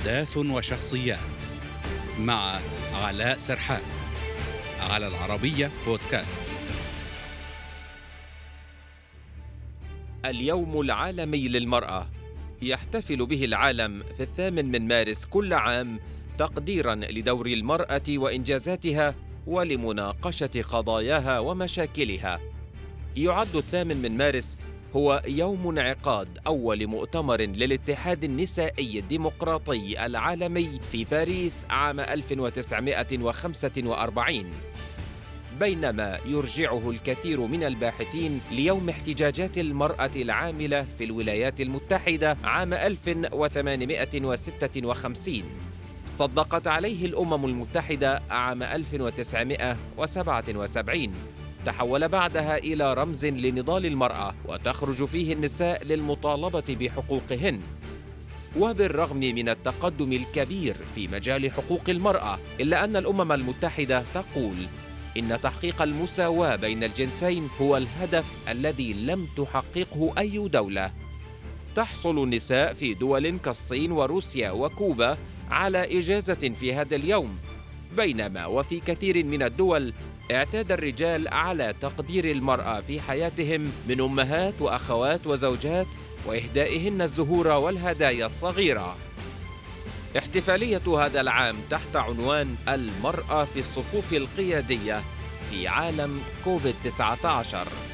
أحداث وشخصيات مع علاء سرحان على العربية بودكاست. اليوم العالمي للمرأة يحتفل به العالم في 8 مارس كل عام تقديراً لدور المرأة وإنجازاتها ولمناقشة قضاياها ومشاكلها. يعد 8 مارس هو يوم انعقاد أول مؤتمر للاتحاد النسائي الديمقراطي العالمي في باريس عام 1945، بينما يرجعه الكثير من الباحثين ليوم احتجاجات المرأة العاملة في الولايات المتحدة عام 1856. صدقت عليه الأمم المتحدة عام 1977. تحول بعدها إلى رمز لنضال المرأة، وتخرج فيه النساء للمطالبة بحقوقهن. وبالرغم من التقدم الكبير في مجال حقوق المرأة، إلا أن الأمم المتحدة تقول إن تحقيق المساواة بين الجنسين هو الهدف الذي لم تحققه أي دولة. تحصل النساء في دول كالصين وروسيا وكوبا على إجازة في هذا اليوم، بينما وفي كثير من الدول اعتاد الرجال على تقدير المرأة في حياتهم من أمهات وأخوات وزوجات وإهدائهن الزهور والهدايا الصغيرة. احتفالية هذا العام تحت عنوان المرأة في الصفوف القيادية في عالم كوفيد-19.